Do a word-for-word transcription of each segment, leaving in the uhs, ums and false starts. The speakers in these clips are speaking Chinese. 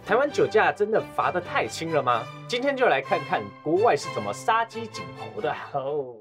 台湾酒驾真的罚得太轻了吗？今天就来看看国外是怎么杀鸡儆猴的。 哦，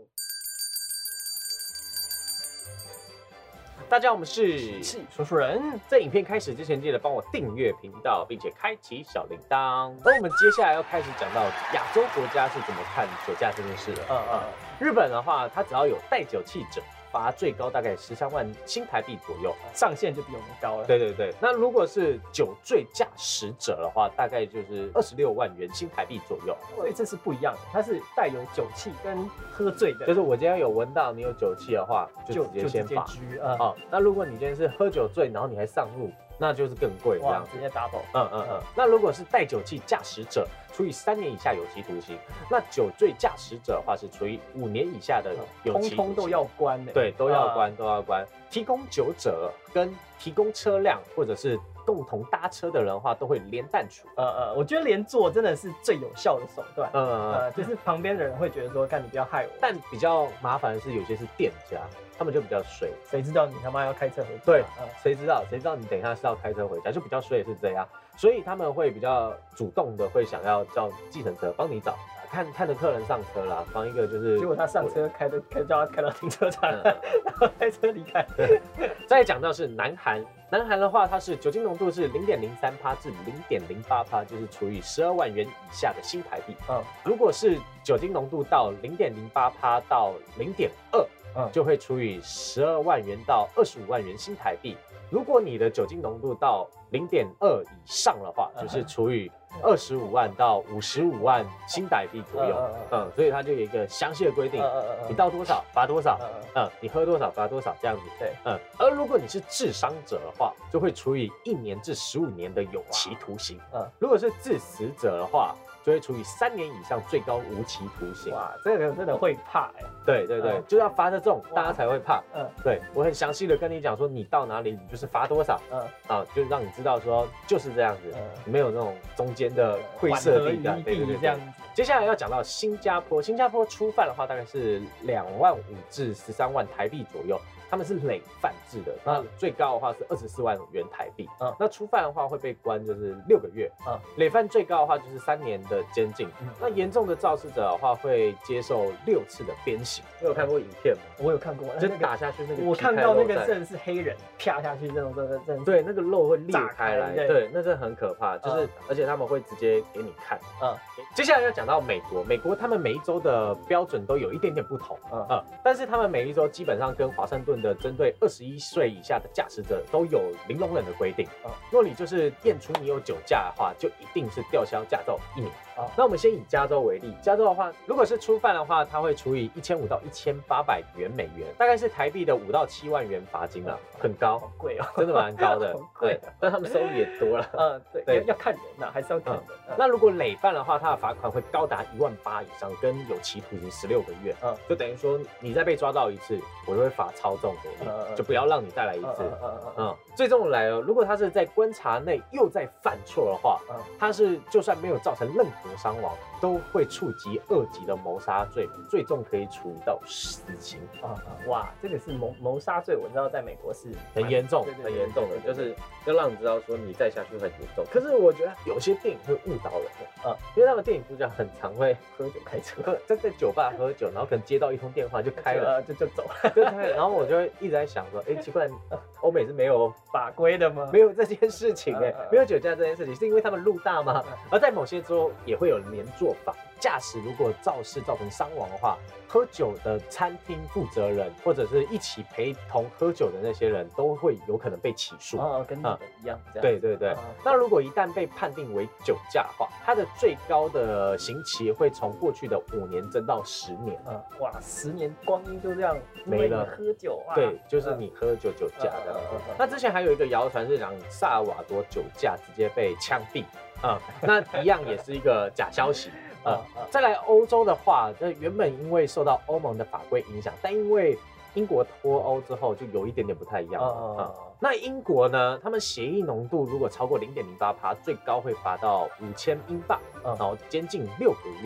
大家好，我们是是说书人。 在影片开始之前，记得帮我订阅频道，并且开启小铃铛。而我们接下来要开始讲到亚洲国家是怎么看酒驾这件事的。 嗯嗯， 日本的话，它只要有带酒气者，罚最高大概十三万新台币左右， 上限就比我们高了。 对对对，那如果是酒醉驾驶者的话，大概就是二十六万元新台币左右。 所以这是不一样的，它是带有酒气跟喝醉的， 就是我今天有闻到你有酒气的话，就直接先罚。 嗯， 哦，那如果你今天是喝酒醉，然后你还上路，那就是更贵这样， 直接 double。 嗯嗯嗯。那如果是带酒气驾驶者，处以三年以下有期徒刑；那酒醉驾驶者的话是处以五年以下的有期徒刑。 通通都要关的。 对，都要关，都要关。提供酒者跟提供车辆或者是共同搭车的人的话，都会连带处。 呃呃，我觉得连坐真的是最有效的手段。 嗯嗯呃，就是旁边的人会觉得说，干你不要害我。 但比较麻烦的是，有些是店家，他们就比较衰。 谁知道你他妈要开车回家？ 对，谁知道？谁知道你等一下是要开车回家？就比较衰的是这样，所以他们会比较主动的，会想要叫计程车帮你找。看看着客人上车啦，帮一个就是， 结果他上车开的开叫他开到停车场，嗯、然后开车离开。 再讲到是南韩，南韩的话，它是酒精浓度是零点零三趴至零点零八趴，就是处以十二万元以下的新台币。嗯，如果是酒精浓度到零点零八趴到零点二，嗯，就会处以十二万元到二十五万元新台币。如果你的酒精浓度到零点二以上的话，就是处以二十五万到五十五万新台币左右。嗯，所以它就有一个详细的规定，你到多少罚多少，嗯，你喝多少罚多少这样子。 对， 嗯，而如果你是致伤者的话，就会处以一年至十五年的有期徒刑。嗯，如果是致死者的话，就会处以三年以上最高无期徒刑。 哇，这个真的会怕哎。 对对对，就要罚的这种，大家才会怕。嗯，对我很详细的跟你讲说，你到哪里你就是罚多少。嗯，啊，就让你知道说就是这样子，没有那种中间的灰色地带。 对对对，这样子。 接下来要讲到新加坡，新加坡初犯的话大概是两万五至十三万台币左右。他们是累犯制的，那最高的话是二十四万元台币。嗯，那初犯的话会被关就是六个月。嗯，累犯最高的话就是三年的监禁。嗯，那严重的肇事者的话会接受六次的鞭刑。你有看过影片吗？ 我有看过， 就打下去那个， 我看到那个真的是黑人啪下去这种，真的真的， 对，那个肉会裂开来，对，那真的很可怕。就是而且他们会直接给你看。嗯，接下来要讲到美国，美国他们每一州的标准都有一点点不同。嗯，但是他们每一州基本上跟华盛顿的针对二十一岁以下的驾驶者都有零容忍的规定。啊，若你就是验出你有酒驾的话，就一定是吊销驾照一年。啊，那我们先以加州为例，加州的话，如果是初犯的话，他会处以一千五到一千八百元美元，大概是台币的五到七万元罚金了，很高， 好贵哦， 真的蛮高的。对，但他们收入也多了。 嗯，对，对，要看人呐，还是要看人。 那如果累犯的话，他的罚款会高达一万八以上，跟有期徒刑十六个月。嗯，就等于说你再被抓到一次，我就会罚超重给你。就不要让你再来一次。嗯嗯嗯嗯。最重的来了，如果他是在观察内又在犯错的话，嗯，他是就算没有造成任何伤亡，都会触及二级的谋杀罪，最重可以处以到死刑。 啊啊！哇，这个是谋谋杀罪，我知道在美国是很严重、很严重的，就是要让你知道说你再下去很严重。可是我觉得有些电影会误导人的，啊，因为他们电影主角很常会喝酒开车， 在在酒吧喝酒，然后可能接到一通电话就开了， 就就走了， 就开了。然后我就会一直在想说，哎，奇怪，欧美是没有法规的吗？ 没有这件事情哎，没有酒驾这件事情，是因为他们路大吗？而在某些州也会有连坐法。驾驶如果肇事造成伤亡的话，喝酒的餐厅负责人或者是一起陪同喝酒的那些人都会有可能被起诉。 哦，跟日本一样。这样对对对。那如果一旦被判定为酒驾的话，它的最高的刑期会从过去的五年增到十年。 嗯，哇，十年光阴就这样没了。 喝酒啊？ 对，就是你喝酒酒驾的。那之前还有一个谣传是讲萨尔瓦多酒驾直接被枪毙。嗯，那一样也是一个假消息。呃，再来欧洲的话，那原本因为受到欧盟的法规影响，但因为英国脱欧之后，就有一点点不太一样了。嗯嗯、那英国呢，他们血液浓度如果超过零点零八趴，最高会罚到五千英镑，然后监禁六个月。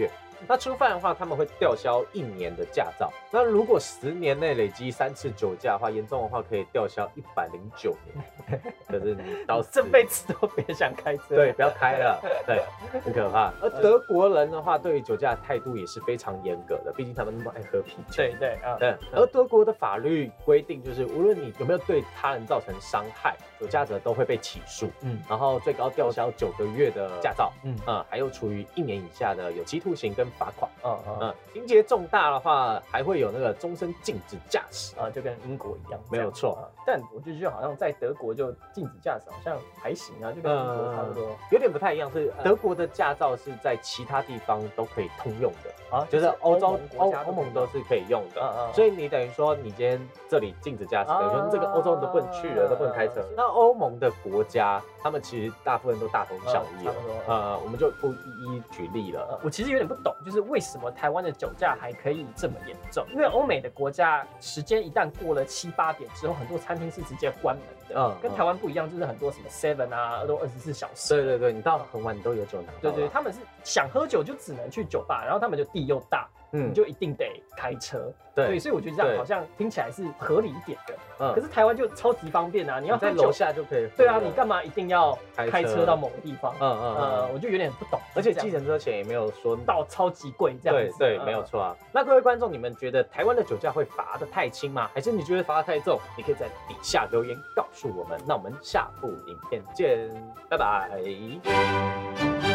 那初犯的话，他们会吊销一年的驾照。那如果十年内累积三次酒驾的话，严重的话可以吊销一百零九年，就是你到这辈子都别想开车。 对，不要开了，对，很可怕。而德国人的话，对于酒驾的态度也是非常严格的，毕竟他们那么爱喝啤酒。 对对啊， 对。而德国的法律规定，就是无论你有没有对他人造成伤害，酒驾者都会被起诉，嗯，然后最高吊销九个月的驾照，嗯啊，还有处于一年以下的有期徒刑跟罚款，嗯嗯，情节重大的话，还会有那个终身禁止驾驶啊，就跟英国一样， 没有错。 但我就觉得好像在德国就禁止驾驶，好像还行啊，就跟英国差不多， 有点不太一样，是德国的驾照是在其他地方都可以通用的啊，就是欧洲欧欧盟都是可以用的，所以你等于说你今天这里禁止驾驶，等于说这个欧洲人都不能去了，都不能开车。那欧盟的国家，他们其实大部分都大同小异了，呃，我们就不一一举例了。 我其实有点不懂，就是为什么台湾的酒驾还可以这么严重？因为欧美的国家时间一旦过了七八点之后，很多餐厅是直接关门的，嗯，跟台湾不一样，就是很多什么 seven 啊，都二十四小时。 对对对，你到很晚你都有酒拿。 对对，他们是想喝酒就只能去酒吧，然后他们就地又大，嗯，你就一定得开车。对，所以我觉得这样好像听起来是合理一点的。嗯，可是台湾就超级方便啊，你要在楼下就可以。 对啊，你干嘛一定要开车到某个地方？嗯嗯呃，我就有点不懂。 而且计程车钱也没有说到超级贵这样子。 对对，没有错啊。那各位观众，你们觉得台湾的酒驾会罚得太轻吗？还是你觉得罚得太重？你可以在底下留言告诉我们。那我们下部影片见，拜拜。